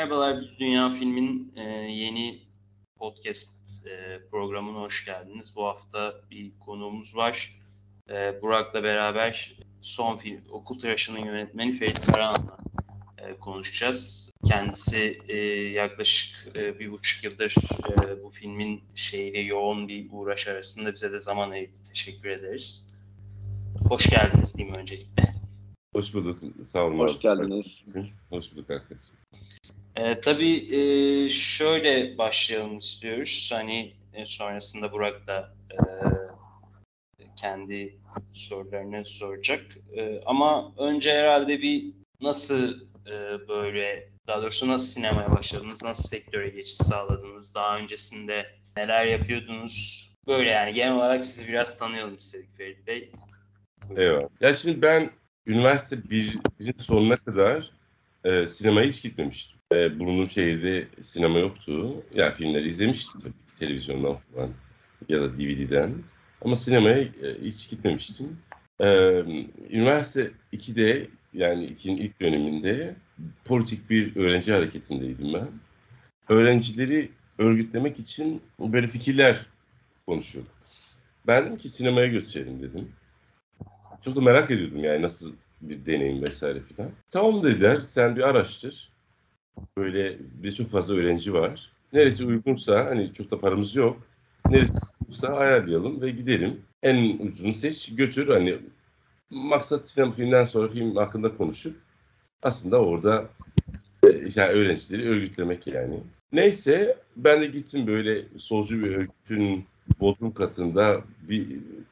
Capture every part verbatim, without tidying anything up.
Merhabalar, Düz Dünya Film'in e, yeni podcast e, programına hoş geldiniz. Bu hafta bir konuğumuz var. E, Burak'la beraber son film, Okul Tıraşı'nın yönetmeni Ferit Karahan'la e, konuşacağız. Kendisi e, yaklaşık e, bir buçuk yıldır e, bu filmin şeyle yoğun bir uğraş arasında bize de zaman ayırdı. Teşekkür ederiz. Hoş geldiniz diyeyim öncelikle. Hoş bulduk. Sağ olun. Hoş geldiniz. Hoş bulduk arkadaşım. E, tabii e, şöyle başlayalım istiyoruz. Hani e, sonrasında Burak da e, kendi sorularını soracak. E, ama önce herhalde bir nasıl e, böyle, daha doğrusu nasıl sinemaya başladınız, nasıl sektöre geçiş sağladınız, daha öncesinde neler yapıyordunuz? Böyle yani genel olarak sizi biraz tanıyalım istedik Ferit Bey. Eyvallah. Ya şimdi ben üniversite bir, birin sonuna kadar e, sinemaya hiç gitmemiştim. E, bulunduğum şehirde sinema yoktu. Yani filmleri izlemiştim tabii ki, televizyondan falan ya da D V D'den. Ama sinemaya e, hiç gitmemiştim. E, üniversite ikide, yani ikinin ilk döneminde politik bir öğrenci hareketindeydim ben. Öğrencileri örgütlemek için böyle fikirler konuşuyorduk. Ben dedim ki sinemaya götürelim dedim. Çok da merak ediyordum yani nasıl bir deneyim vesaire filan. Tamam dediler, sen bir araştır. Böyle bir çok fazla öğrenci var. Neresi uygunsa, hani çok da paramız yok. Neresi uygunsa ayarlayalım ve gidelim. En ucunu seç, götür. Hani maksat sinema filmden sonra film hakkında konuşup aslında orada e, yani öğrencileri örgütlemek yani. Neyse ben de gittim, böyle solcu bir örgütün bodrum katında bir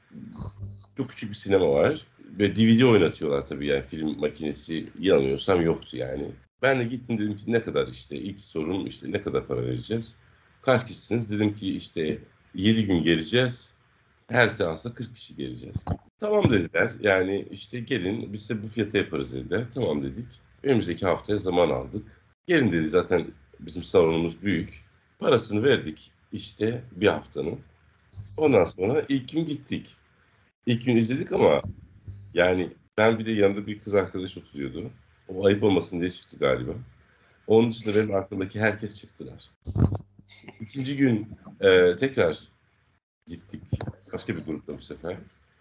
çok küçük bir sinema var. Ve D V D oynatıyorlar tabii, yani film makinesi yanılmıyorsam yoktu yani. Ben de gittim, dedim ki ne kadar, işte ilk sorum işte ne kadar para vereceğiz? Kaç kişisiniz? Dedim ki işte yedi gün geleceğiz. Her seansta kırk kişi geleceğiz. Tamam dediler. Yani işte gelin biz de bu fiyata yaparız dediler. Tamam dedik. Önümüzdeki haftaya zaman aldık. Gelin dedi, zaten bizim salonumuz büyük. Parasını verdik işte bir haftanın. Ondan sonra ilk gün gittik. İlk gün izledik ama yani ben bir de yanında bir kız arkadaş oturuyordu. O ayıp olmasın diye çıktı galiba. Onun dışında benim aklımdaki herkes çıktılar. İkinci gün e, tekrar gittik. Başka bir grupla bu sefer.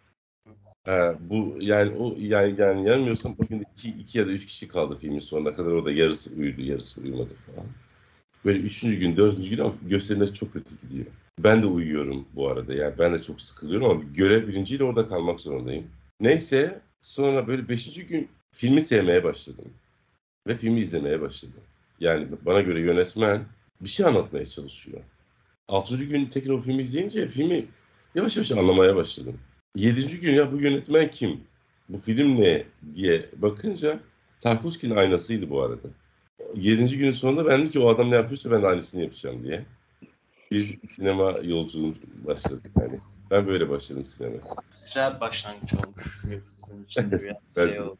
E, bu yani o yani yani yanılmıyorsam o gün iki, iki ya da üç kişi kaldı filmin sonuna kadar. O da yarısı uyudu, yarısı uyumadı falan. Böyle üçüncü gün, dördüncü gün ama gösterimler çok kötü gidiyor. Ben de uyuyorum bu arada. Yani ben de çok sıkılıyorum ama görev bilinciyle orada kalmak zorundayım. Neyse sonra böyle beşinci gün filmi sevmeye başladım. Ve filmi izlemeye başladım. Yani bana göre yönetmen bir şey anlatmaya çalışıyor. Altıncı gün tekrar o filmi izleyince filmi yavaş yavaş anlamaya başladım. Yedinci gün ya bu yönetmen kim? Bu film ne diye bakınca Tarkovski'nin aynasıydı bu arada. Yedinci günün sonunda ben dedim ki o adam ne yapıyorsa ben de aynısını yapacağım diye. Bir sinema yolculuğum başladı yani. Ben böyle başladım sinemaya. Güzel bir başlangıç olmuş. Bizim için de biraz Evet. şey oldu.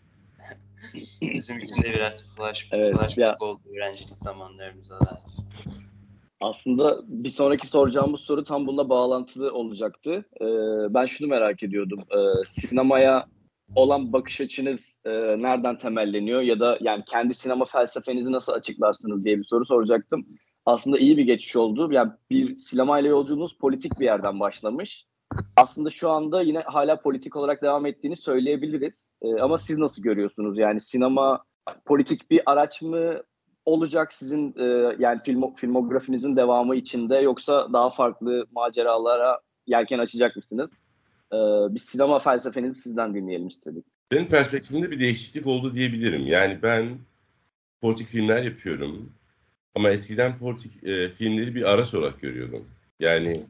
Bizim için de biraz flash, Evet, flashback ya oldu öğrencilik zamanlarımıza da. aslında bir sonraki soracağımız soru tam bununla bağlantılı olacaktı. Ee, ben şunu merak ediyordum. Ee, sinemaya olan bakış açınız e, nereden temelleniyor ya da yani kendi sinema felsefenizi nasıl açıklarsınız diye bir soru soracaktım. Aslında iyi bir geçiş oldu. Yani bir sinemayla yolculuğunuz politik bir yerden başlamış. Aslında şu anda yine hala politik olarak devam ettiğini söyleyebiliriz. Ee, ama siz nasıl görüyorsunuz? Yani sinema politik bir araç mı olacak sizin e, yani film, filmografinizin devamı içinde, yoksa daha farklı maceralara yelken açacak mısınız? E, bir sinema felsefenizi sizden dinleyelim istedik. Benim perspektifimde bir değişiklik oldu diyebilirim. Yani ben politik filmler yapıyorum. Ama eskiden politik e, filmleri bir araç olarak görüyordum. Yani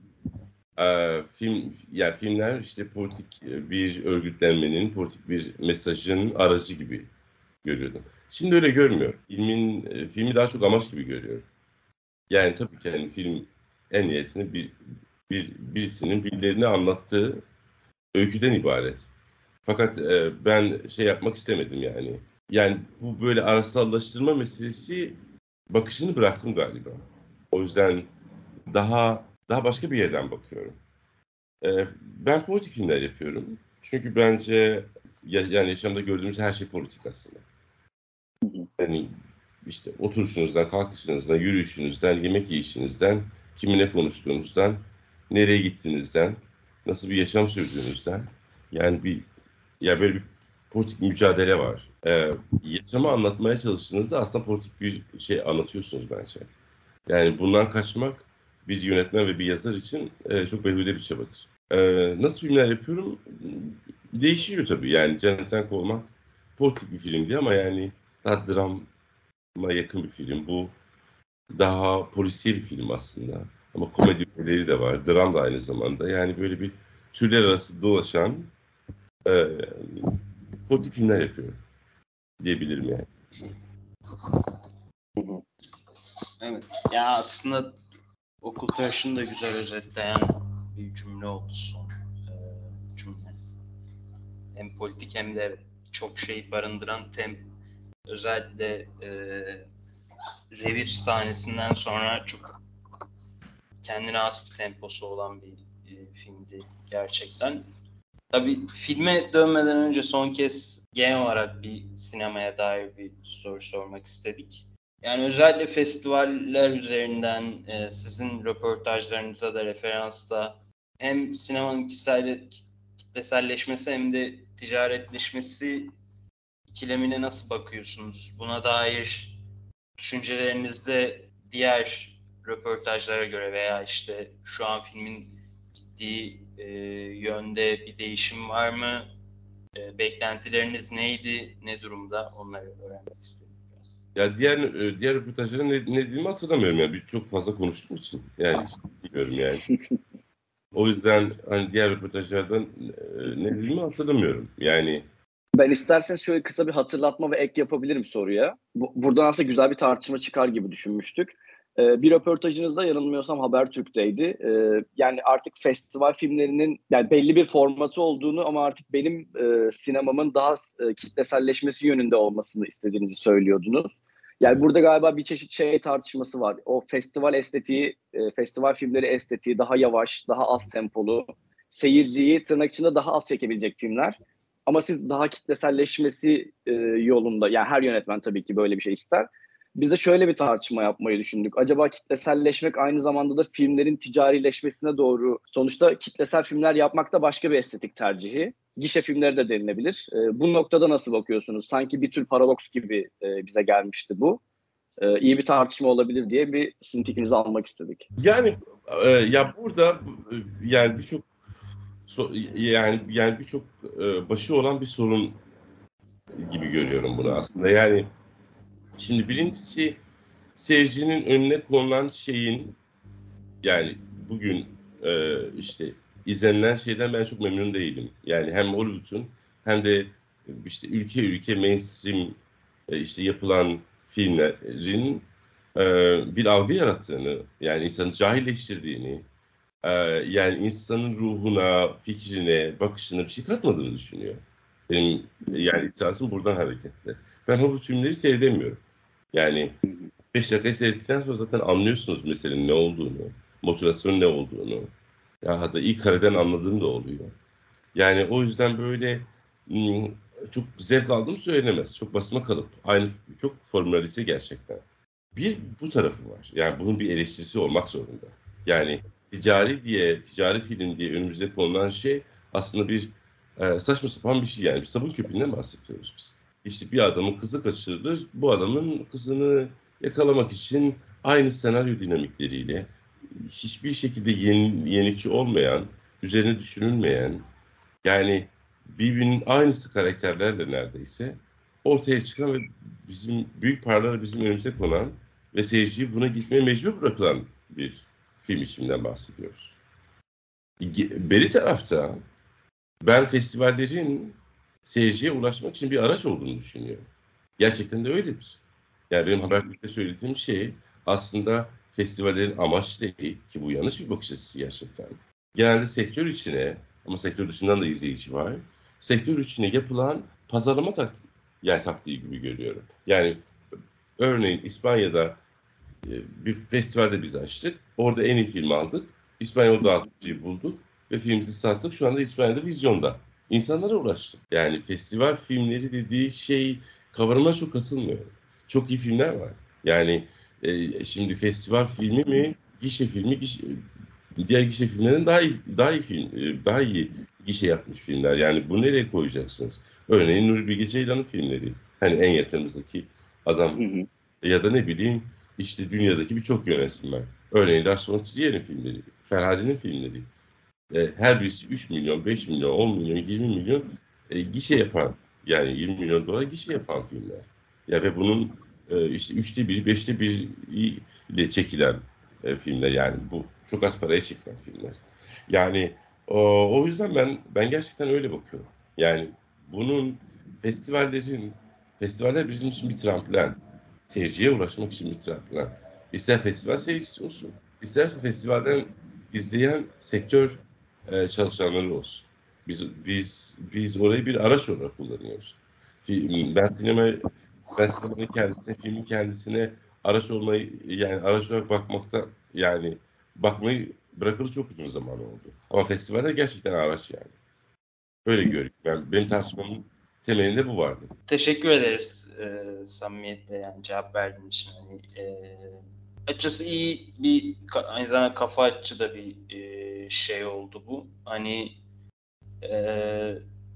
e, film, yani filmler işte politik e, bir örgütlenmenin, politik bir mesajın aracı gibi görüyordum. Şimdi öyle görmüyorum. Filmin e, filmi daha çok amaç gibi görüyorum. Yani tabii ki yani film en nihayetinde bir, bir birisinin birilerine anlattığı öyküden ibaret. Fakat e, ben şey yapmak istemedim yani. Yani bu böyle araçsallaştırma meselesi bakışını bıraktım galiba. O yüzden daha daha başka bir yerden bakıyorum. Ee, ben politik filmler yapıyorum. Çünkü bence ya, yani yaşamda gördüğümüz her şey politik aslında. Yani işte oturuşunuzdan, kalkışınızdan, yürüyüşünüzden, yemek yiyişinizden, kiminle konuştuğunuzdan, nereye gittiğinizden, nasıl bir yaşam sürdüğünüzden, yani bir ya böyle bir politik mücadele var. Ee, yaşamı anlatmaya çalıştığınızda aslında politik bir şey anlatıyorsunuz bence. Yani bundan kaçmak bir yönetmen ve bir yazar için e, çok behude bir çabadır. Ee, nasıl filmler yapıyorum? Değişiyor tabii. Yani Cennetten Kovmak politik bir filmdi ama yani daha drama yakın bir film. Bu daha polisiye bir film aslında. Ama komedi öğeleri de var. Dram da aynı zamanda. Yani böyle bir türler arası dolaşan e, politik filmler yapıyorum diyebilirim yani. Evet. Ya aslında okul tıraşını da güzel özetleyen bir cümle oldu son e, cümle. Hem politik hem de çok şey barındıran tem özellikle e, revir sahnesinden sonra çok kendine has bir temposu olan bir e, filmdi gerçekten. Tabii filme dönmeden önce son kez genel olarak bir sinemaya dair bir soru sormak istedik. Yani özellikle festivaller üzerinden e, sizin röportajlarınıza da referansla hem sinemanın kişisel, kitleselleşmesi hem de ticaretleşmesi ikilemine nasıl bakıyorsunuz? Buna dair düşüncelerinizde diğer röportajlara göre veya işte şu an filmin gittiği e, yönde bir değişim var mı? E, beklentileriniz neydi? Ne durumda? Onları öğrenmek istedim biraz. Ya diğer e, diğer röportajlara ne, ne dediğimi hatırlamıyorum yani. Bir çok fazla konuştuğum için. Yani hiç bilmiyorum yani. O yüzden hani diğer röportajlardan e, ne dediğimi hatırlamıyorum. Yani Ben isterseniz şöyle kısa bir hatırlatma ve ek yapabilirim soruya. Bu, buradan aslında güzel bir tartışma çıkar gibi düşünmüştük. Ee, bir röportajınızda yanılmıyorsam Habertürk'teydi. Ee, yani artık festival filmlerinin yani belli bir formatı olduğunu ama artık benim e, sinemamın daha e, kitleselleşmesi yönünde olmasını istediğinizi söylüyordunuz. Yani burada galiba bir çeşit şey tartışması var. O festival estetiği, e, festival filmleri estetiği daha yavaş, daha az tempolu, seyirciyi tırnak içinde daha az çekebilecek filmler. Ama siz daha kitleselleşmesi e, yolunda, yani her yönetmen tabii ki böyle bir şey ister. Biz de şöyle bir tartışma yapmayı düşündük. Acaba kitleselleşmek aynı zamanda da filmlerin ticarileşmesine doğru, sonuçta kitlesel filmler yapmak da başka bir estetik tercihi. Gişe filmleri de denilebilir. E, bu noktada nasıl bakıyorsunuz? Sanki bir tür paradoks gibi e, bize gelmişti bu. E, iyi bir tartışma olabilir diye bir sizin fikrinizi almak istedik. yani e, ya burada e, yani birçok so, yani yani birçok e, başı olan bir sorun gibi görüyorum bunu aslında. Yani şimdi birincisi seyircinin önüne konulan şeyin yani bugün e, işte izlenilen şeyden ben çok memnun değilim. Yani hem Hollywood'un hem de işte ülke ülke mainstream e, işte yapılan filmlerin e, bir algı yarattığını, yani insanı cahilleştirdiğini, e, yani insanın ruhuna, fikrine, bakışına bir şey katmadığını düşünüyor. Benim yani iddiasım buradan hareketle. Ben Hollywood filmleri seyredemiyorum. Yani beş dakika seyrettikten sonra zaten anlıyorsunuz meselenin ne olduğunu, motivasyonun ne olduğunu. Ya hatta ilk kareden anladığım da oluyor. Yani o yüzden böyle ım, çok zevk aldığım söylenemez. Çok basma kalıp. Aynı çok formalize gerçekten. Bir bu tarafı var. Yani bunun bir eleştirisi olmak zorunda. Yani ticari diye, ticari film diye önümüze konulan şey aslında bir e, saçma sapan bir şey yani. Bir sabun köpüğünden bahsediyoruz biz. İşte bir adamın kızı kaçırılır. Bu adamın kızını yakalamak için aynı senaryo dinamikleriyle hiçbir şekilde yeni, yenilikçi olmayan, üzerine düşünülmeyen, yani birbirinin aynısı karakterlerle neredeyse ortaya çıkan ve bizim büyük paraları bizim önümüze konan ve seyirciyi buna gitmeye mecbur bırakılan bir film biçiminden bahsediyoruz. Ge- Beri tarafta ben festivallerin seyirciye ulaşmak için bir araç olduğunu düşünüyorum. Gerçekten de öyledir. Yani benim Habertürk'te söylediğim şey aslında festivallerin amaç değil ki bu yanlış bir bakış açısı gerçekten. Genelde sektör içine ama sektör dışından da izleyici var. Sektör içine yapılan pazarlama taktiği, yani taktiği gibi görüyorum. Yani örneğin İspanya'da e, bir festivalde biz açtık. Orada en iyi film aldık. İspanyol dağıtıcıyı bulduk ve filmimizi sattık. Şu anda İspanya'da vizyonda. İnsanlara ulaştık. Yani festival filmleri dediği şey kavramına çok katılmıyorum. çok iyi filmler var. Yani e, şimdi festival filmi mi, gişe filmi, gişe, diğer gişe filmlerinin daha iyi, daha iyi film, e, daha iyi gişe yapmış filmler. Yani bunu nereye koyacaksınız? Örneğin Nuri Bilge Ceylan'ın filmleri. Hani en yakınımızdaki adam Hı hı. ya da ne bileyim işte dünyadaki birçok yönetmen. Örneğin Lars von Trier'in filmleri, Ferhadi'nin filmleri. E, her birisi üç milyon, beş milyon, on milyon, yirmi milyon e, gişe yapan, yani yirmi milyon dolar gişe yapan filmler. Ya ve bunun e, işte üçte biri, beşte biri ile çekilen e, filmler, yani bu çok az paraya çekilen filmler. Yani o, o yüzden ben ben gerçekten öyle bakıyorum. Yani bunun festivallerin festivaller bizim için bir tramplen. Seyirciye ulaşmak için bir tramplen. İster festival seyircisi olsun, isterse festivalden izleyen sektör e, çalışanları olsun. Biz biz biz orayı bir araç olarak kullanıyoruz. Film, ben sinema ben sinemanın kendisine, filmin kendisine araç olmayı, yani araç olarak bakmakta, yani bakmayı bırakalı çok uzun zaman oldu. Ama festivaller gerçekten araç yani. Öyle görüyorum. Ben, benim tartışmamın temelinde bu vardı. Teşekkür ederiz e, samimiyetle yani cevap verdiğin için. Hani, e, açıkçası iyi bir ka- aynı zamanda kafa açıcı da bir e, şey oldu bu. Hani e,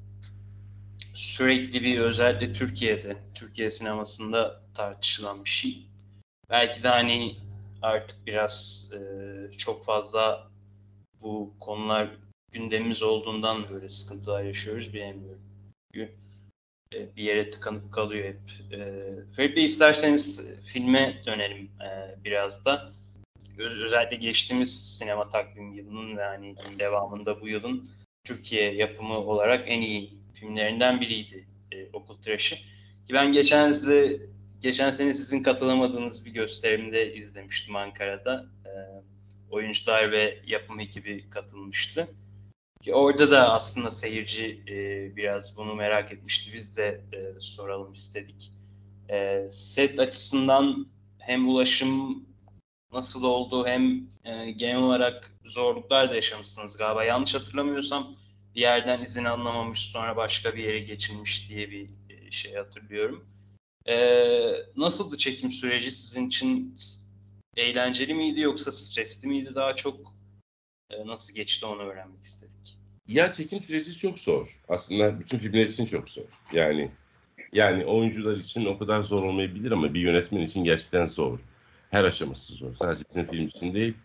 sürekli bir özellikle Türkiye'de, Türkiye sinemasında tartışılan bir şey. Belki de hani artık biraz e, çok fazla bu konular gündemimiz olduğundan böyle sıkıntılar yaşıyoruz bilemiyorum. Çünkü e, bir yere tıkanıp kalıyor hep. E, Ferit Bey isterseniz filme dönelim e, biraz da. Öz- özellikle geçtiğimiz sinema takvim yılının ve hani devamında bu yılın Türkiye yapımı olarak en iyi filmlerinden biriydi e, Okul Tıraşı. Ki ben geçen size, geçen sene sizin katılamadığınız bir gösterimde izlemiştim Ankara'da. E, oyuncular ve yapım ekibi katılmıştı. Ki orada da aslında seyirci e, biraz bunu merak etmişti. Biz de e, soralım istedik. E, set açısından hem ulaşım nasıl oldu hem e, genel olarak zorluklar da yaşamışsınız galiba. Yanlış hatırlamıyorsam bir yerden izin alınamamış sonra başka bir yere geçilmiş diye bir e, şey hatırlıyorum. E, nasıldı çekim süreci sizin için? Eğlenceli miydi yoksa stresli miydi daha çok? E, nasıl geçti onu öğrenmek istedik. Ya çekim süreci çok zor. Aslında bütün filmler için çok zor. Yani yani oyuncular için o kadar zor olmayabilir ama bir yönetmen için gerçekten zor. Her aşaması zor. Sadece bütün film için değil,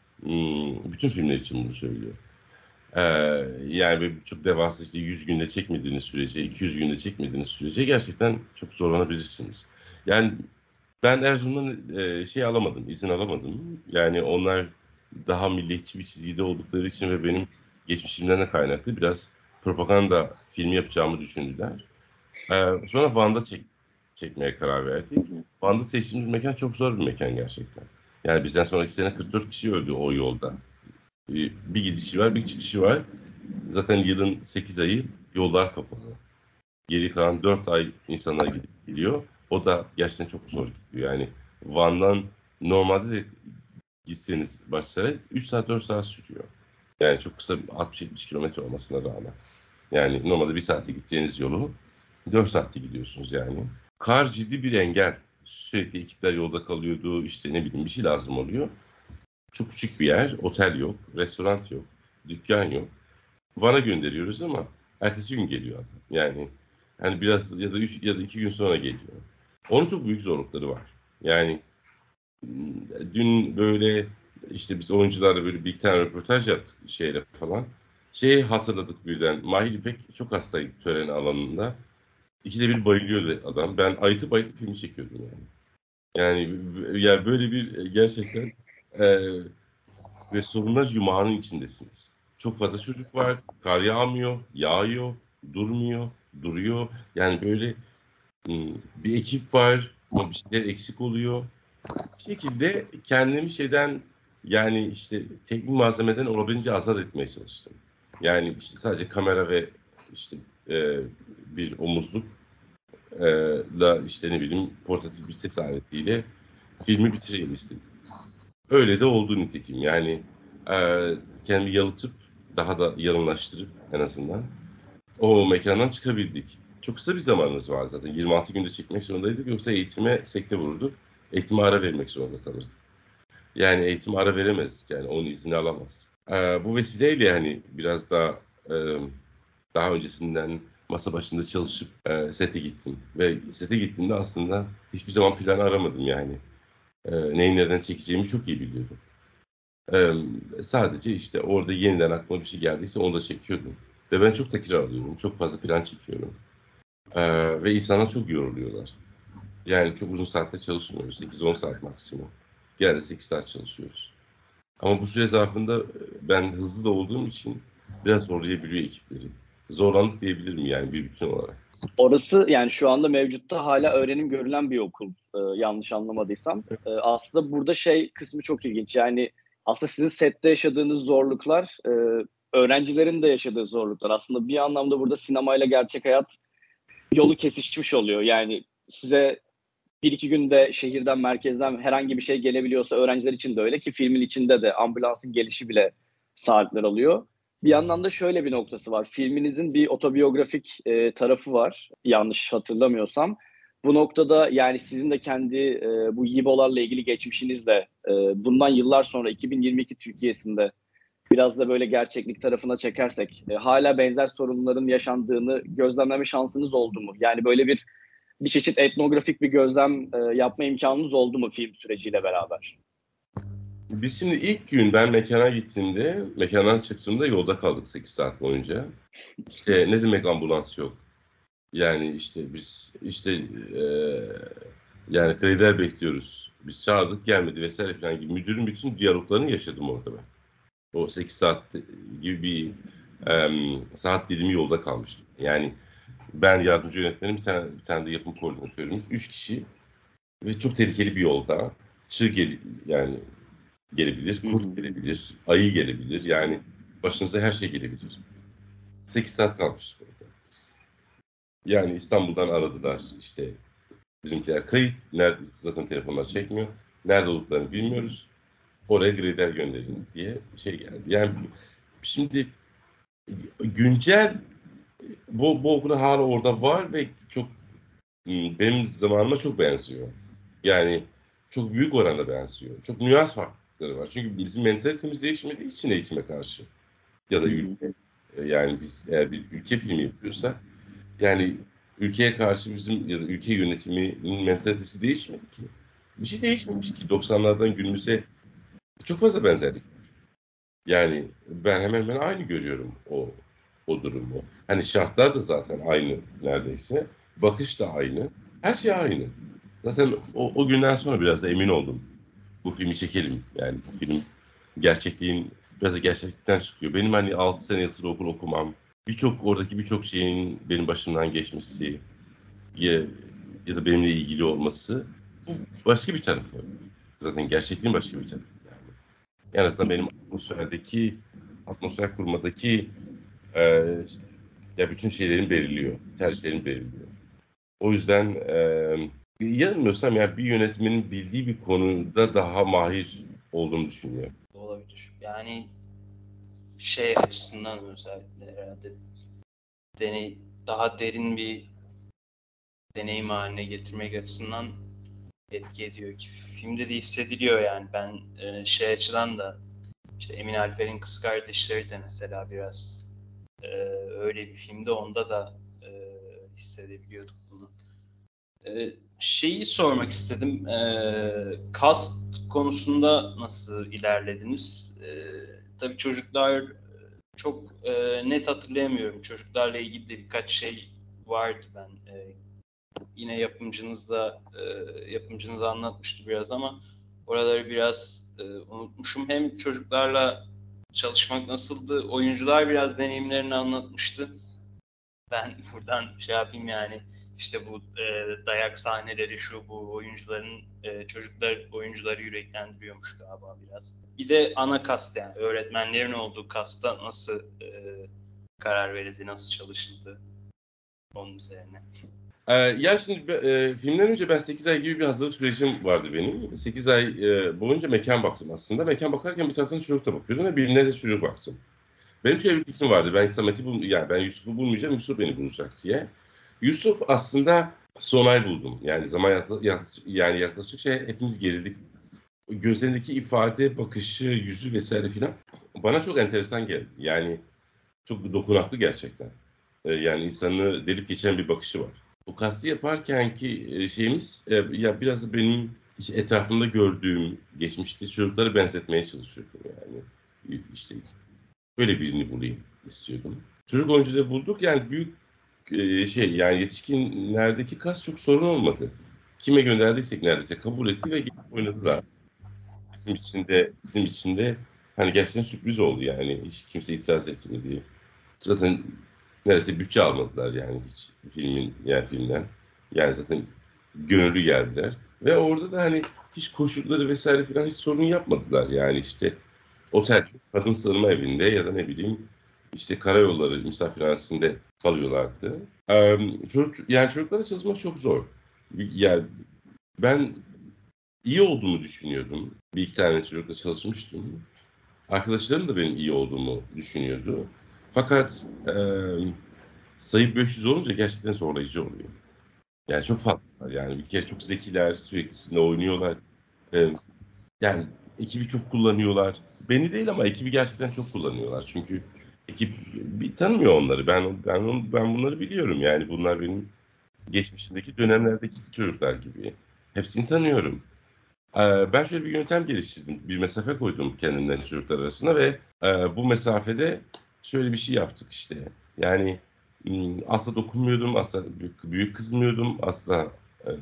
ımm, bütün filmler için bunu söylüyorum. Eee, yani böyle çok devasa işte yüz günde çekmediğiniz sürece, iki yüz günde çekmediğiniz sürece gerçekten çok zorlanabilirsiniz. Yani ben Erzurum'dan eee, şey alamadım, izin alamadım. Yani onlar daha milliyetçi bir çizgide oldukları için ve benim geçmişimden de kaynaklı biraz propaganda filmi yapacağımı düşündüler. Eee, sonra Van'da çek çekmeye karar Hı verdik. hı. Van'da seçtiğimiz mekan çok zor bir mekan gerçekten. Yani bizden sonraki sene kırk dört kişi öldü o yolda. Eee, bir gidişi var, bir çıkışı var. Zaten yılın sekiz ayı yollar kapalı. Geri kalan dört ay insanlar gidip geliyor. O da gerçekten çok zor gidiyor. Yani Van'dan normalde de gitseniz Başsaray üç saat dört saat sürüyor. Yani çok kısa altmış yetmiş kilometre olmasına rağmen. Yani normalde bir saate gideceğiniz yolu dört saatte gidiyorsunuz yani. Kar ciddi bir engel. Sürekli ekipler yolda kalıyordu. İşte ne bileyim bir şey lazım oluyor. Çok küçük bir yer. Otel yok, restoran yok, dükkan yok. Van'a gönderiyoruz ama ertesi gün geliyor adam. Yani hani biraz ya da üç ya da iki gün sonra geliyor. Onun çok büyük zorlukları var. Yani ımm, dün böyle işte biz oyuncularla böyle bir iki tane röportaj yaptık şeyle falan. Şeyi hatırladık birden. Mahir İpek çok hastaydı tören alanında. İkide bir bayılıyordu adam. Ben ayıtıp ayıtıp filmi çekiyordum yani. Yani b ya böyle bir, eee, gerçekten, eee, ve sorunlar yumağının içindesiniz. Çok fazla çocuk var, kar yağmıyor, yağıyor, durmuyor, duruyor. Yani böyle, ımm, bir ekip var ama bir şeyler eksik oluyor. Bir şekilde kendimi şeyden, yani, işte, teknik malzemeden olabildiğince azat etmeye çalıştım. Yani, işte, sadece kamera ve, işte, eee, bir omuzluk eee, la, işte, ne bileyim, portatif bir ses aletiyle filmi bitireyim istedim. Öyle de oldu nitekim. Yani, eee, kendimi yalıtıp, daha da yalınlaştırıp en azından o mekândan çıkabildik. çok kısa bir zamanımız var zaten. yirmi altı günde çekmek zorundaydık. Yoksa eğitime sekte vururduk. Eğitime ara vermek zorunda kalırdık. Yani eğitime ara veremezdik. Yani onun izni alamaz. Ee, bu vesileyle hani biraz daha e, daha öncesinden masa başında çalışıp e, sete gittim. Ve sete gittiğimde aslında hiçbir zaman plan aramadım yani. E, neyi nereden çekeceğimi çok iyi biliyordum. E, sadece işte orada yeniden aklıma bir şey geldiyse onu da çekiyordum. Ve ben çok tekrar alıyorum. Çok fazla plan çekiyorum. E, ve insanlar çok yoruluyorlar. Yani çok uzun saatte çalışmıyoruz. sekiz on saat maksimum. Genelde sekiz saat çalışıyoruz. Ama bu süre zarfında ben hızlı da olduğum için biraz zorlayabiliyor ekipleri. Zorlandık diyebilirim yani bir bütün olarak. Orası yani şu anda mevcutta hala öğrenim görülen bir okul e, yanlış anlamadıysam. E, aslında burada şey kısmı çok ilginç. Yani aslında sizin sette yaşadığınız zorluklar e, öğrencilerin de yaşadığı zorluklar. Aslında bir anlamda burada sinemayla gerçek hayat yolu kesişmiş oluyor. Yani size bir iki günde şehirden, merkezden herhangi bir şey gelebiliyorsa öğrenciler için de öyle ki filmin içinde de ambulansın gelişi bile saatler alıyor. Bir yandan da şöyle bir noktası var. Filminizin bir otobiyografik e, tarafı var. Yanlış hatırlamıyorsam. Bu noktada yani sizin de kendi e, bu Yibo'larla ilgili geçmişinizle e, bundan yıllar sonra iki bin yirmi iki Türkiye'sinde biraz da böyle gerçeklik tarafına çekersek e, hala benzer sorunların yaşandığını gözlemleme şansınız oldu mu? Yani böyle bir bir çeşit etnografik bir gözlem e, yapma imkanınız oldu mu film süreciyle beraber? Biz şimdi ilk gün ben mekana gittiğimde, mekandan çıktığımda yolda kaldık sekiz saat boyunca. İşte ne demek ambulans yok? Yani işte biz işte eee yani krediler bekliyoruz. Biz çağırdık gelmedi vesaire falan gibi. Müdürün bütün diyaloglarını yaşadım orada ben. O sekiz saat gibi bir em, saat dilimi yolda kalmıştım. Yani ben yardımcı yönetmenim, bir tane, bir tane de yapım koordinatörümüz. Üç kişi ve çok tehlikeli bir yolda. Çığ gel yani gelebilir, Hı kurt hı. gelebilir, ayı gelebilir. Yani başınıza her şey gelebilir. sekiz saat kalmıştık orada. Yani İstanbul'dan aradılar işte bizimkiler kayıp. Nerede, zaten telefonlar çekmiyor. Nerede olduklarını bilmiyoruz. Oraya grader gönderin diye şey geldi. Yani şimdi güncel bu, bu okul hala orada var ve çok benim zamanıma çok benziyor. Yani çok büyük oranda benziyor. Çok nüans farklılıkları var. Çünkü bizim mentalitemiz değişmediği için eğitime karşı ya da Hı hı. ülke. Yani biz eğer bir ülke filmi yapıyorsak yani ülkeye karşı bizim ya da ülke yönetiminin mentalitesi değişmedi ki. Bir şey değişmemiş ki. doksanlardan günümüze çok fazla benzerlik. Yani ben hemen hemen aynı görüyorum o o durumu. Hani şartlar da zaten aynı neredeyse. Bakış da aynı. Her şey aynı. Zaten o, o günden sonra biraz da emin oldum. Bu filmi çekelim. Yani bu film gerçekliğin biraz da gerçeklikten çıkıyor. Benim hani altı sene yatılı okul okumam, birçok oradaki birçok şeyin benim başımdan geçmesi ya, ya da benimle ilgili olması bu başka bir tarafı. Zaten gerçekliğin başka bir tarafı. Yani. En azından benim atmosferdeki atmosfer kurmadaki eee, ya bütün şeylerim belirliyor. Tercihlerim belirliyor. O yüzden eee yanılmıyorsam ya bir yönetmenin bildiği bir konuda daha mahir olduğunu düşünüyorum. Olabilir. Yani şey açısından özellikle herhalde deney daha derin bir deneyim haline getirmek açısından etki ediyor ki filmde de hissediliyor yani ben e, şey açıdan da işte Emin Alper'in Kız Kardeşleri de mesela biraz e, öyle bir filmde onda da e, hissedebiliyorduk bunu. E, şeyi sormak istedim. E, cast konusunda nasıl ilerlediniz? E, tabii çocuklar çok e, net hatırlayamıyorum. Çocuklarla ilgili de birkaç şey vardı ben. E, yine yapımcınız da e, yapımcınız anlatmıştı biraz ama oraları biraz e, unutmuşum. Hem çocuklarla çalışmak nasıldı? Oyuncular biraz deneyimlerini anlatmıştı. Ben buradan şey yapayım yani işte bu e, dayak sahneleri şu bu oyuncuların e, çocuklar oyuncuları yüreklendiriyormuş galiba biraz. Bir de ana kast yani öğretmenlerin olduğu kasta nasıl e, karar verildi, nasıl çalışıldı onun üzerine. Ee, ya şimdi e, filmden önce ben sekiz ay gibi bir hazırlık sürecim vardı benim. sekiz ay e, boyunca mekan baktım aslında. Mekan bakarken bir taraftan çocuk da bakıyordum ve binlerce çocuk baktım. Benim şöyle bir fikrim vardı. Ben İslameti bul yani ben Yusuf'u bulmayacağım, Yusuf beni bulacak diye. Yusuf aslında son ay buldum. Yani zaman yakla- yak- yani yaklaştıkça hepimiz gerildik. Gözlerindeki ifade, bakışı, yüzü vesaire filan bana çok enteresan geldi. Yani çok dokunaklı gerçekten. Ee, yani insanı delip geçen bir bakışı var. O kastı yaparkenki e, şeyimiz e, ya biraz da benim işte etrafımda gördüğüm geçmişte çocuklara benzetmeye çalışıyordum yani. İşte böyle birini bulayım istiyordum. Çocuk oyuncuları bulduk yani büyük e, şey yani yetişkinlerdeki kas çok sorun olmadı. Kime gönderdiysek neredeyse kabul etti ve gelip oynadılar. Bizim için de bizim için de hani gerçekten sürpriz oldu yani hiç kimse itiraz etmedi. Zaten neredeyse bütçe almadılar yani hiç filmin yani filmden. Yani zaten gönüllü geldiler. Ve orada da hani hiç koşulları vesaire filan hiç sorun yapmadılar. Yani işte otel, kadın sığınma evinde ya da ne bileyim işte karayolları misafirhanesinde kalıyorlardı. Ee, çocuk, yani çocuklarla çalışmak çok zor. Yani ben iyi olduğumu düşünüyordum. Bir iki tane çocukla çalışmıştım. Arkadaşlarım da benim iyi olduğumu düşünüyordu. Fakat e, sayı beş yüz olunca gerçekten zorlayıcı oluyor. Yani çok fazla. Yani bir kere çok zekiler, sürekli sizinle oynuyorlar. E, yani ekibi çok kullanıyorlar. Beni değil ama ekibi gerçekten çok kullanıyorlar. Çünkü ekip bir tanımıyor onları. Ben ben on- ben bunları biliyorum. Yani bunlar benim geçmişimdeki dönemlerdeki çocuklar gibi. Hepsini tanıyorum. Eee, ben şöyle bir yöntem geliştirdim. Bir mesafe koydum kendimle çocuklar arasında ve eee, bu mesafede şöyle bir şey yaptık işte. Yani ım, asla dokunmuyordum, asla büyük, büyük kızmıyordum, asla eee,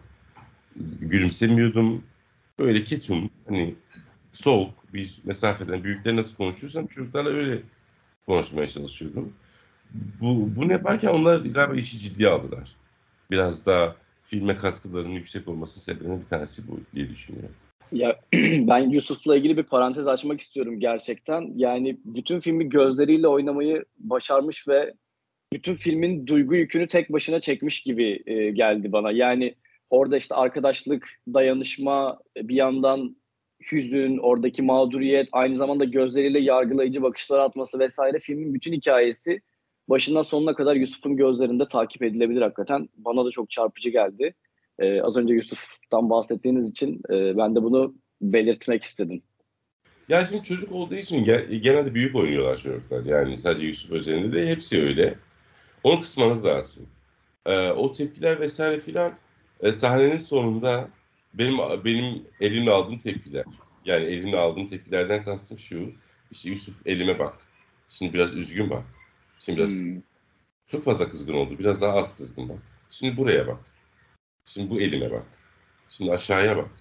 gülümsemiyordum. Böyle ketum, hani soğuk bir mesafeden büyükler nasıl konuşuyorsam çocuklarla öyle konuşmaya çalışıyordum. Bu, bunu yaparken onlar galiba işi ciddiye aldılar. Biraz daha filme katkılarının yüksek olması sebebinin bir tanesi bu diye düşünüyorum. Ya ben Yusuf'la ilgili bir parantez açmak istiyorum gerçekten. Yani bütün filmi gözleriyle oynamayı başarmış ve bütün filmin duygu yükünü tek başına çekmiş gibi e, geldi bana. Yani orada işte arkadaşlık, dayanışma, bir yandan hüzün, oradaki mağduriyet, aynı zamanda gözleriyle yargılayıcı bakışlar atması vesaire filmin bütün hikayesi başından sonuna kadar Yusuf'un gözlerinde takip edilebilir hakikaten. Bana da çok çarpıcı geldi. Ee, az önce Yusuf'tan bahsettiğiniz için e, ben de bunu belirtmek istedim. Ya şimdi çocuk olduğu için ge- genelde büyük oynuyorlar çocuklar. Yani sadece Yusuf özelinde de hepsi öyle. Onu kısmanız lazım. Ee, o tepkiler vesaire filan e, sahnenin sonunda benim benim elimle aldığım tepkiler. Yani elimle aldığım tepkilerden kastım şu. İşte Yusuf elime bak. Şimdi biraz üzgün bak. Şimdi biraz Hmm. çok fazla kızgın oldu. Biraz daha az kızgın bak. Şimdi buraya bak. Şimdi bu elime bak. Şimdi aşağıya bak.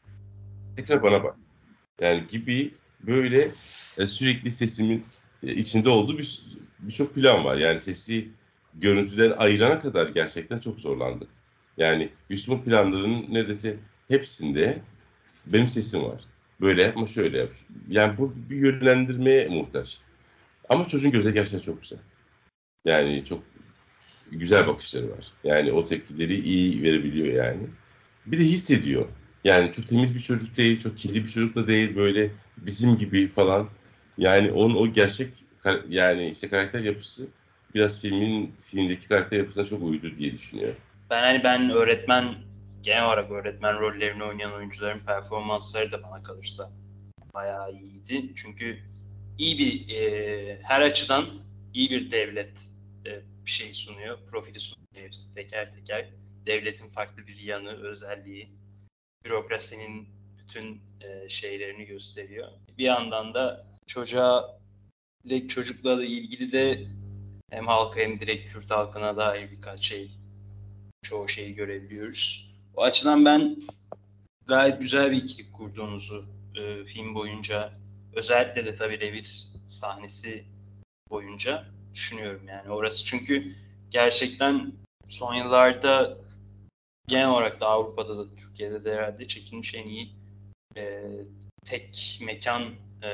Tekrar bana bak. Yani gibi böyle e, sürekli sesimin e, içinde olduğu bir birçok plan var. Yani sesi görüntüden ayırana kadar gerçekten çok zorlandık. Yani Yusuf'un planlarının neredeyse hepsinde benim sesim var. Böyle yapma şöyle yap. Yani bu bir yönlendirmeye muhtaç. Ama çocuğun gözleri gerçekten çok güzel. Yani çok güzel bakışları var. Yani o tepkileri iyi verebiliyor yani. Bir de hissediyor. Yani çok temiz bir çocuk değil, çok kirli bir çocuk da değil, böyle bizim gibi falan. Yani onun o gerçek kar- yani işte karakter yapısı biraz filmin filmdeki karakter yapısına çok uydu diye düşünüyorum. Ben hani ben öğretmen, genel olarak öğretmen rollerini oynayan oyuncuların performansları da bana kalırsa bayağı iyiydi. Çünkü iyi bir e, her açıdan iyi bir devlet e, bir şey sunuyor, profili sunuyor hepsi teker teker. Devletin farklı bir yanı, özelliği, bürokrasinin bütün e, şeylerini gösteriyor. Bir yandan da çocuğa, direkt çocukla da ilgili de hem halka hem direkt Kürt halkına dair birkaç şey, çoğu şeyi görebiliyoruz. O açıdan ben gayet güzel bir ikili kurduğunuzu e, film boyunca, özellikle de tabii revir sahnesi boyunca düşünüyorum yani orası. Çünkü gerçekten son yıllarda genel olarak da Avrupa'da da Türkiye'de de herhalde çekilmiş en iyi e, tek mekan e,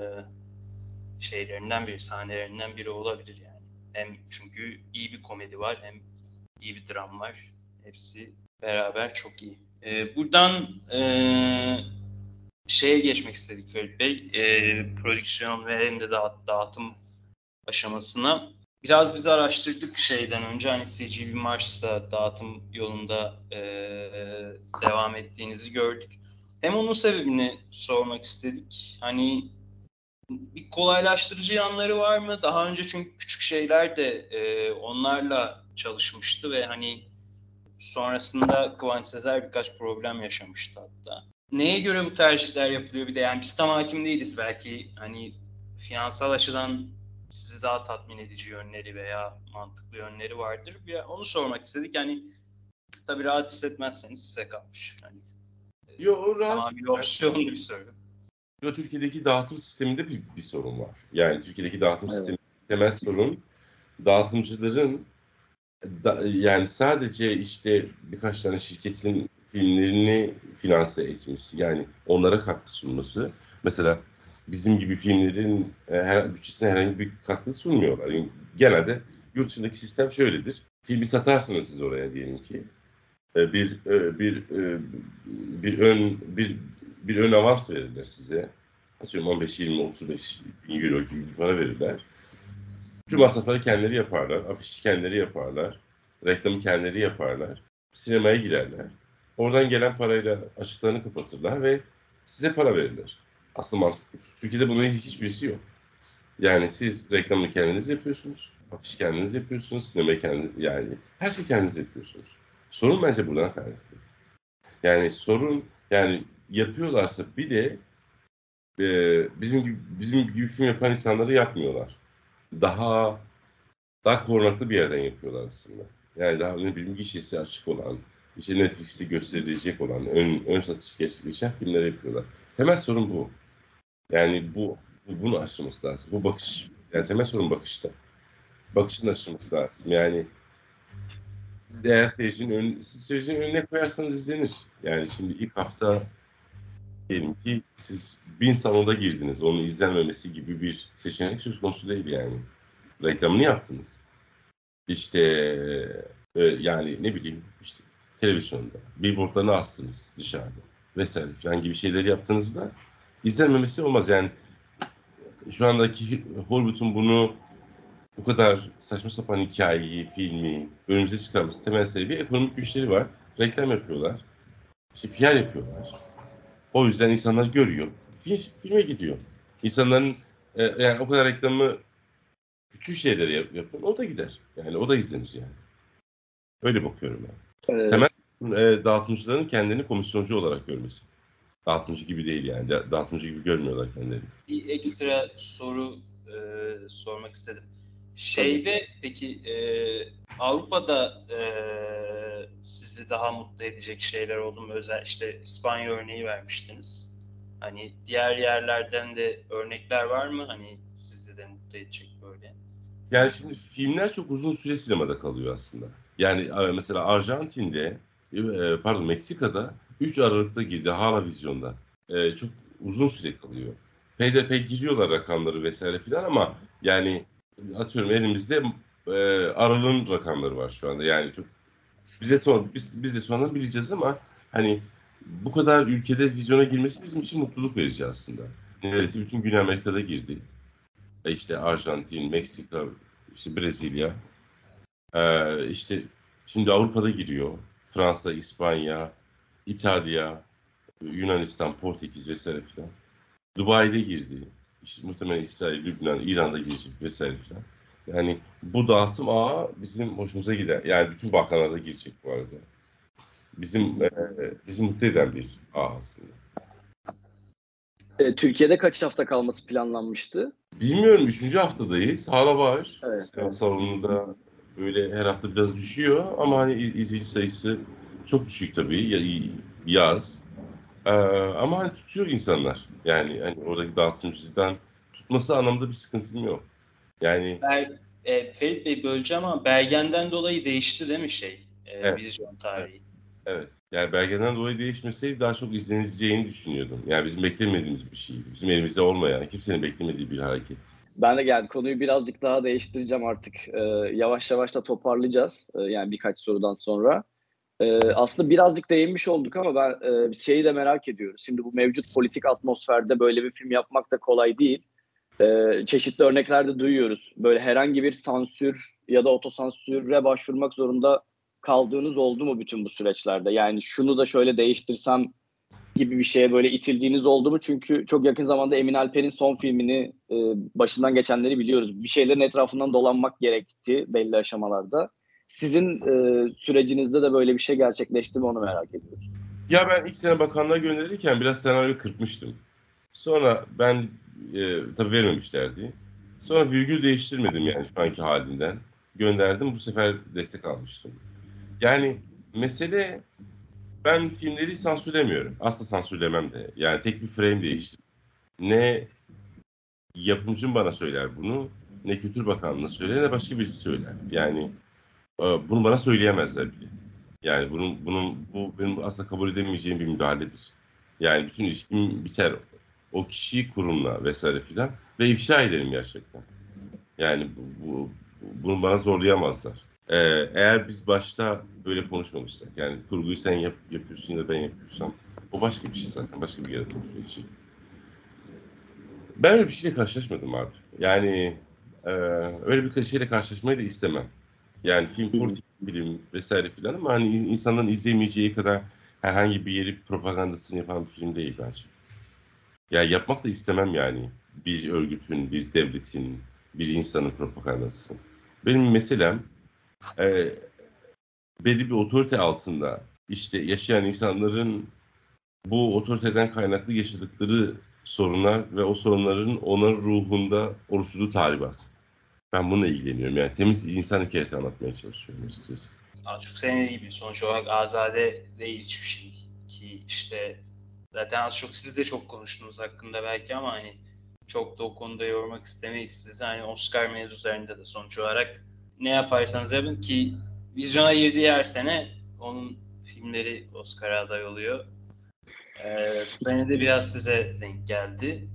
şeylerinden biri, sahnelerinden biri olabilir yani. Hem çünkü iyi bir komedi var, hem iyi bir dram var. Hepsi beraber çok iyi. E, buradan e, şeye geçmek istedik Ferit Bey. E, prodüksiyon ve hem de dağıt, dağıtım aşamasına. biraz biz araştırdık şeyden önce, hani C G V Mars'ta dağıtım yolunda e, devam ettiğinizi gördük. Hem onun sebebini sormak istedik. Hani bir kolaylaştırıcı yanları var mı? Daha önce çünkü küçük şeyler de e, onlarla çalışmıştı ve hani sonrasında Kıvanç Sezer birkaç problem yaşamıştı hatta. Neye göre bu tercihler yapılıyor? Bir de yani biz tam hakim değiliz. Belki hani finansal açıdan sizi daha tatmin edici yönleri veya mantıklı yönleri vardır. Bir onu sormak istedik. Yani tabii rahat hissetmezseniz size kalmış. Yani, Yo, rahat. tamamıyla opsiyonlu bir soru. Yo, Türkiye'deki dağıtım sisteminde bir, bir sorun var. Yani Türkiye'deki dağıtım Evet. sistemi temel sorun dağıtımcıların da, yani sadece işte birkaç tane şirketin filmlerini finanse etmesi, yani onlara katkı sunması. Mesela bizim gibi filmlerin e, her, bütçesine herhangi bir katkı sunmuyorlar. Yani genelde yurt dışındaki sistem şöyledir. Filmi satarsınız siz oraya diyelim ki. E, bir e, bir e, bir ön bir bir ön avans verirler size. Atıyorum on beş, yirmi, otuz beş bin euro gibi bir para verirler. Tüm masrafları kendileri yaparlar. Afişi kendileri yaparlar. Reklamı kendileri yaparlar. Sinemaya girerler. Oradan gelen parayla açıklarını kapatırlar ve size para verirler. Aslında mantıklı. Türkiye'de bunun hiçbirisi yok. Yani siz reklamını kendiniz yapıyorsunuz. Afişi kendiniz yapıyorsunuz. Sinemayı kendiniz, yani her şeyi kendiniz yapıyorsunuz. Sorun bence buradan kaynaklı. Yani sorun, yani yapıyorlarsa bir de e, bizim gibi, bizim gibi film yapan insanları yapmıyorlar. Daha daha korunaklı bir yerden yapıyorlar aslında. Yani daha ne bileyim gişesi açık olan, işte Netflix'te gösterilecek olan, ön, ön satış gerçekleşen filmler yapıyorlar. Temel sorun bu. Yani bu, bu bunu aşılması lazım. Bu bakış. Yani temel sorun bakışta. Bakışın aşılması lazım. Yani siz eğer seyircinin, ön, siz seyircinin önüne koyarsanız izlenir. Yani şimdi ilk hafta diyelim ki siz bin salonda girdiniz. Onun izlenmemesi gibi bir seçenek söz konusu değil yani. Reklamını yaptınız. İşte e, yani ne bileyim işte televizyonda, billboardlarını astınız dışarıda vesaire falan gibi şeyleri yaptığınızda izlenmemesi olmaz. Yani şu andaki Hollywood'un bunu bu kadar saçma sapan hikayeyi, filmi önümüze çıkarması temel sebebi ekonomik güçleri var. Reklam yapıyorlar. İşte P R yapıyorlar. O yüzden insanlar görüyor. Film, filme gidiyor. İnsanların e, yani o kadar reklamı küçük şeyleri yap, yapın. O da gider. Yani o da izlenir yani. Öyle bakıyorum ben. Ee, Temel e, dağıtımcıların kendini komisyoncu olarak görmesi. Dağıtımcı gibi değil yani. Da- Dağıtımcı gibi görmüyorlar kendilerini. Bir ekstra soru e, sormak istedim. tabii. Şeyde peki e, Avrupa'da e, sizi daha mutlu edecek şeyler oldu mu? Özel işte İspanya örneği vermiştiniz. Hani diğer yerlerden de örnekler var mı? Hani sizi de mutlu edecek böyle. Yani şimdi filmler çok uzun süre sinemada kalıyor aslında. Yani e, mesela Arjantin'de, e, pardon Meksika'da üç Aralık'ta girdi hala vizyonda. E, çok uzun süre kalıyor. Peyderpey giriyorlar rakamları vesaire filan ama yani atıyorum elimizde e, Aralık'ın rakamları var şu anda. Yani çok bize son biz biz de sonradan bileceğiz ama hani bu kadar ülkede vizyona girmesi bizim için mutluluk verici aslında. Neredeyse bütün Güney Amerika'da girdi. E işte Arjantin, Meksika, işte Brezilya. Ee, işte şimdi Avrupa'da giriyor. Fransa, İspanya, İtalya, Yunanistan, Portekiz vesaire filan. Dubai'de girdi. İşte muhtemelen İsrail, Lübnan, İran'da girecek vesaire filan. Yani bu dağıtım ağı bizim hoşumuza gider. Yani bütün Balkanlarda girecek bu arada. Bizim e, bizi mutlu eden bir ağ aslında. Ee, Türkiye'de kaç hafta kalması planlanmıştı? Bilmiyorum, üçüncü haftadayız. Hala var. Evet. Sinema salonunda böyle her hafta biraz düşüyor ama hani izleyici sayısı çok düşük tabii. Ya- Yaz. Ee, ama hani tutuyor insanlar. Yani hani oradaki dağıtımcıdan tutması anlamda bir sıkıntım yok. Yani Ber, e, Ferit Bey böleceğim ama Bergen'den dolayı değişti değil mi şey? E, evet, vizyon evet, tarihi. evet. Yani belgeden dolayı değişmeseydi daha çok izleneceğini düşünüyordum. Yani bizim beklemediğimiz bir şeydi. Bizim elimizde olmayan, kimsenin beklemediği bir hareket. Ben de geldi konuyu birazcık daha değiştireceğim artık. Ee, yavaş yavaş da toparlayacağız. Ee, yani birkaç sorudan sonra. Ee, aslında birazcık değinmiş olduk ama ben e, şeyi de merak ediyorum. Şimdi bu mevcut politik atmosferde böyle bir film yapmak da kolay değil. e, çeşitli örneklerde duyuyoruz. Böyle herhangi bir sansür ya da otosansüre başvurmak zorunda kaldığınız oldu mu bütün bu süreçlerde? Yani şunu da şöyle değiştirsem gibi bir şeye böyle itildiğiniz oldu mu? Çünkü çok yakın zamanda Emin Alper'in son filmini, e, başından geçenleri biliyoruz. Bir şeylerin etrafından dolanmak gerekti belli aşamalarda. Sizin e, sürecinizde de böyle bir şey gerçekleşti mi onu merak ediyorum. Ya ben ilk sene bakanlığa gönderirken biraz senaryo kırpmıştım. Sonra ben e, tabii vermemişlerdi. Sonra virgül değiştirmedim yani şu anki halinden. Gönderdim, bu sefer destek almıştım. Yani mesele, ben filmleri sansürlemiyorum. Asla sansürlemem de. Yani tek bir frame değiştir. Ne yapımcım bana söyler bunu, ne Kültür Bakanlığı söyler, ne başka birisi söyler. Yani e, bunu bana söyleyemezler bile. Yani bunun, bunun bu benim asla kabul edemeyeceğim bir müdahaledir. Yani bütün ilişkim biter o kişi, kurumla vesaire filan ve ifşa ederim gerçekten. Yani bu, bu bunu bana zorlayamazlar. Ee, eğer biz başta böyle konuşmamışsak, yani kurguyu sen yap, yapıyorsun ya da ben yapıyorsam, o başka bir şey zaten, başka bir yaratım süreci. Ben öyle bir şeyle karşılaşmadım abi. Yani e, öyle bir şeyle karşılaşmayı da istemem. Yani film, politik bilim vesaire filan, ama hani insanların izleyemeyeceği kadar herhangi bir yeri propagandasını yapan bir film değil bence. Yani yapmak da istemem yani. Bir örgütün, bir devletin, bir insanın propagandası. Benim meselem e, belli bir otorite altında işte yaşayan insanların bu otoriteden kaynaklı yaşadıkları sorunlar ve o sorunların onların ruhunda oluşturduğu tahribat. Ben bununla ilgileniyorum. Yani temiz insan hikayesi anlatmaya çalışıyorum açıkçası. Az çok senin gibi sonuç olarak azade değil hiçbir şey ki işte zaten az çok siz de çok konuştunuz hakkında belki ama hani çok da o konuda yormak istemeyiz sizi. Hani Oscar mevzularında da sonuç olarak ne yaparsanız yapın ki vizyona girdiği her sene onun filmleri Oscar'a aday oluyor. Ee, bu sene de biraz size denk geldi.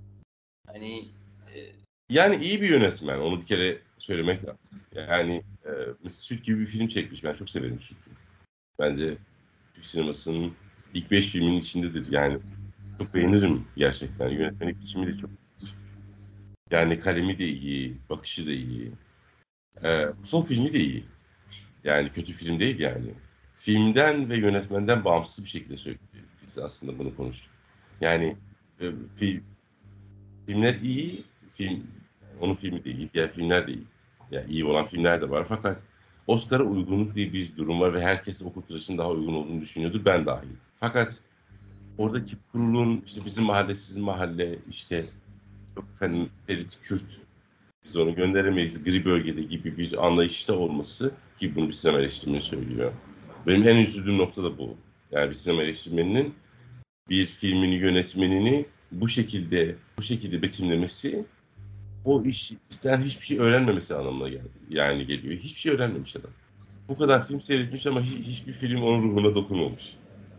Hani e, Yani iyi bir yönetmen. Onu bir kere söylemek lazım. Yani e, mesela Süt gibi bir film çekmiş. Ben çok severim Süt'ü. Bence Türk sinemasının ilk beş filminin içindedir. Yani çok beğenirim gerçekten. Yönetmenlik biçimi de çok iyi. Yani kalemi de iyi, bakışı da iyi. Ee, son filmi de iyi. Yani kötü film değil yani. Filmden ve yönetmenden bağımsız bir şekilde söyledik. Biz aslında bunu konuştuk. Yani e, fi- filmler iyi, film onun filmi de iyi, diğer filmler de iyi. Yani iyi olan filmler de var, fakat Oscar'a uygunluk diye bir durum var ve herkes o kurtarışın daha uygun olduğunu düşünüyordu, ben dahil. Fakat oradaki kurulun işte bizim mahalle, sizin mahalle, işte yok efendim Ferit Kürt, biz onu gönderemeyiz gri bölgede gibi bir anlayışta olması, ki bunu bir sinema eleştirmeni söylüyor. Benim en üzüldüğüm nokta da bu. Yani bir sinema eleştirmeninin bir filmini, yönetmenini bu şekilde bu şekilde betimlemesi, o işten hiçbir şey öğrenmemesi anlamına geldi. Yani geliyor. Hiçbir şey öğrenmemiş adam. Bu kadar film seyretmiş ama hiç, hiçbir film onun ruhuna dokunmamış.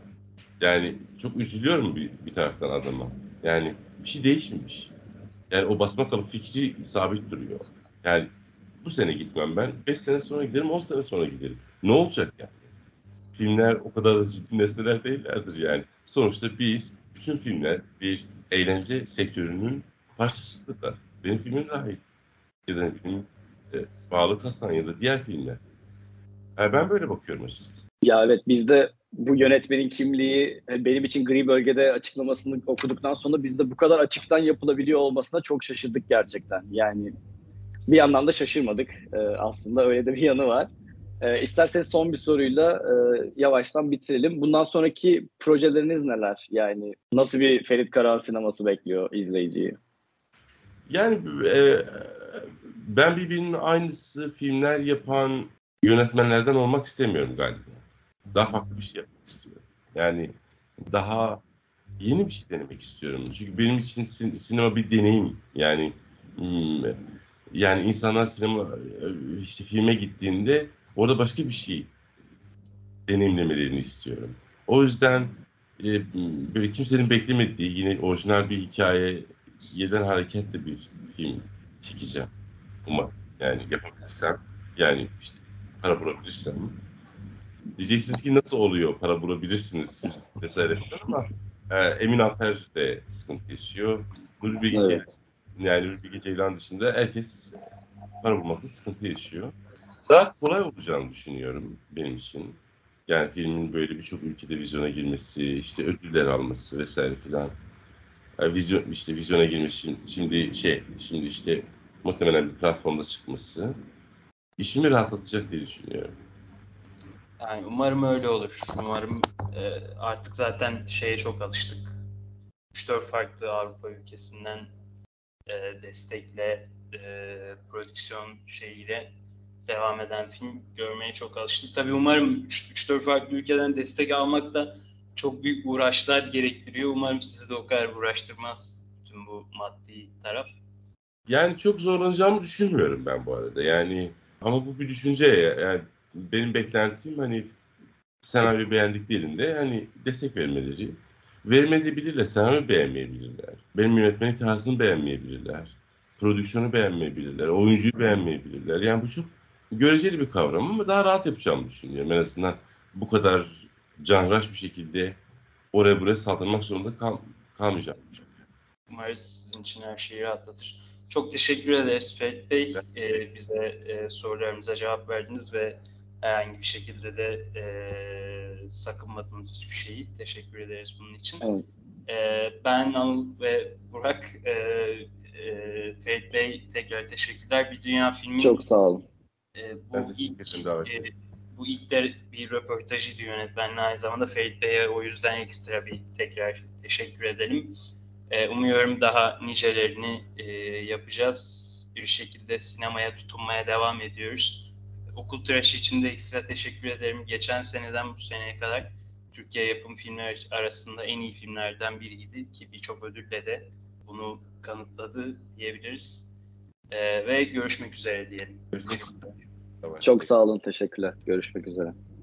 Yani çok üzülüyorum bir, bir taraftan adama. Yani bir şey değişmemiş. Yani o basmakalıp fikri sabit duruyor. Yani bu sene gitmem ben. Beş sene sonra giderim, on sene sonra giderim. Ne olacak yani? Filmler o kadar da ciddi nesneler değillerdir yani. Sonuçta biz, bütün filmler bir eğlence sektörünün parçasıdırlar. Benim filmim dahil. Ya da ne bileyim, e, Bağlı Kasan ya da diğer filmler. Yani ben böyle bakıyorum açıkçası. Ya evet, biz de bu yönetmenin kimliği e, benim için gri bölgede açıklamasını okuduktan sonra biz de bu kadar açıktan yapılabiliyor olmasına çok şaşırdık gerçekten. Yani bir yandan da şaşırmadık. Ee, aslında öyle de bir yanı var. Ee, isterseniz son bir soruyla e, yavaştan bitirelim. Bundan sonraki projeleriniz neler? Yani nasıl bir Ferit Karahan sineması bekliyor izleyiciyi? Yani e, ben birbirinin aynısı filmler yapan yönetmenlerden olmak istemiyorum galiba. Daha farklı bir şey yapmak istiyorum. Yani daha yeni bir şey denemek istiyorum. Çünkü benim için sin- sinema bir deneyim. Yani hmm, yani insanlar sinema e, işte filme gittiğinde orada başka bir şey deneyimlemelerini istiyorum. O yüzden e, böyle kimsenin beklemediği yine orijinal bir hikayeden hareketle bir film çekeceğim. Umarım. Yani yapabilirsem, yani işte para bulabilirsem. Diyeceksiniz ki nasıl oluyor, para bulabilirsiniz siz vesaire falan, ama e, Emin Alper de sıkıntı yaşıyor. Nuri Bilge Evet. Yani Nuri Bilge Ceylan dışında herkes para bulmakta sıkıntı yaşıyor. Daha kolay olacağını düşünüyorum benim için. Yani filmin böyle birçok ülkede vizyona girmesi, işte ödüller alması vesaire filan. Yani vizyon, işte vizyona girmesi, şimdi şey, şimdi işte muhtemelen bir platformda çıkması işimi rahatlatacak diye düşünüyorum. Yani umarım öyle olur. Umarım e, artık zaten şeye çok alıştık. üç dört farklı Avrupa ülkesinden e, destekle, e, prodüksiyon şeyiyle devam eden film görmeye çok alıştık. Tabii umarım üç dört farklı ülkeden destek almak da çok büyük uğraşlar gerektiriyor. Umarım sizi de o kadar uğraştırmaz tüm bu maddi taraf. Yani çok zorlanacağımı düşünmüyorum ben bu arada. Yani ama bu bir düşünce ya. Yani benim beklentim hani senaryo beğendiklerinde hani destek vermeleri. Vermeyebilirler, senaryo beğenmeyebilirler. Benim yönetmenlik tarzını beğenmeyebilirler. Prodüksiyonu beğenmeyebilirler. Oyuncuyu beğenmeyebilirler. Yani bu çok göreceli bir kavram ama daha rahat yapacağımı düşünüyorum. En azından bu kadar canhıraş bir şekilde oraya buraya saldırmak zorunda kal kalmayacağım. Umarız sizin için her şeyi rahatlatır. Çok teşekkür ederiz Ferit Bey. Ee, bize e, sorularımıza cevap verdiniz ve herhangi bir şekilde de e, sakınmadınız hiçbir şeyi. Teşekkür ederiz bunun için. Evet. Ee, ben Anıl ve Burak, e, e, Ferit Bey tekrar teşekkürler. Bir Dünya filmin Çok sağ olun. e, Ben bu teşekkür ilk ederim davet e, için. bu ilk de bir röportajıydı yönetmenle aynı zamanda Ferit Bey'e o yüzden ekstra bir tekrar teşekkür edelim. E, umuyorum daha nicelerini e, yapacağız. Bir şekilde sinemaya tutunmaya devam ediyoruz. Okul Tıraşı için de ekstra teşekkür ederim. Geçen seneden bu seneye kadar Türkiye yapım filmler arasında en iyi filmlerden biriydi ki birçok ödülle de bunu kanıtladı diyebiliriz. E, ve görüşmek üzere diyelim. Görüşmek üzere. Tamam. Çok sağ olun. Teşekkürler. Görüşmek üzere.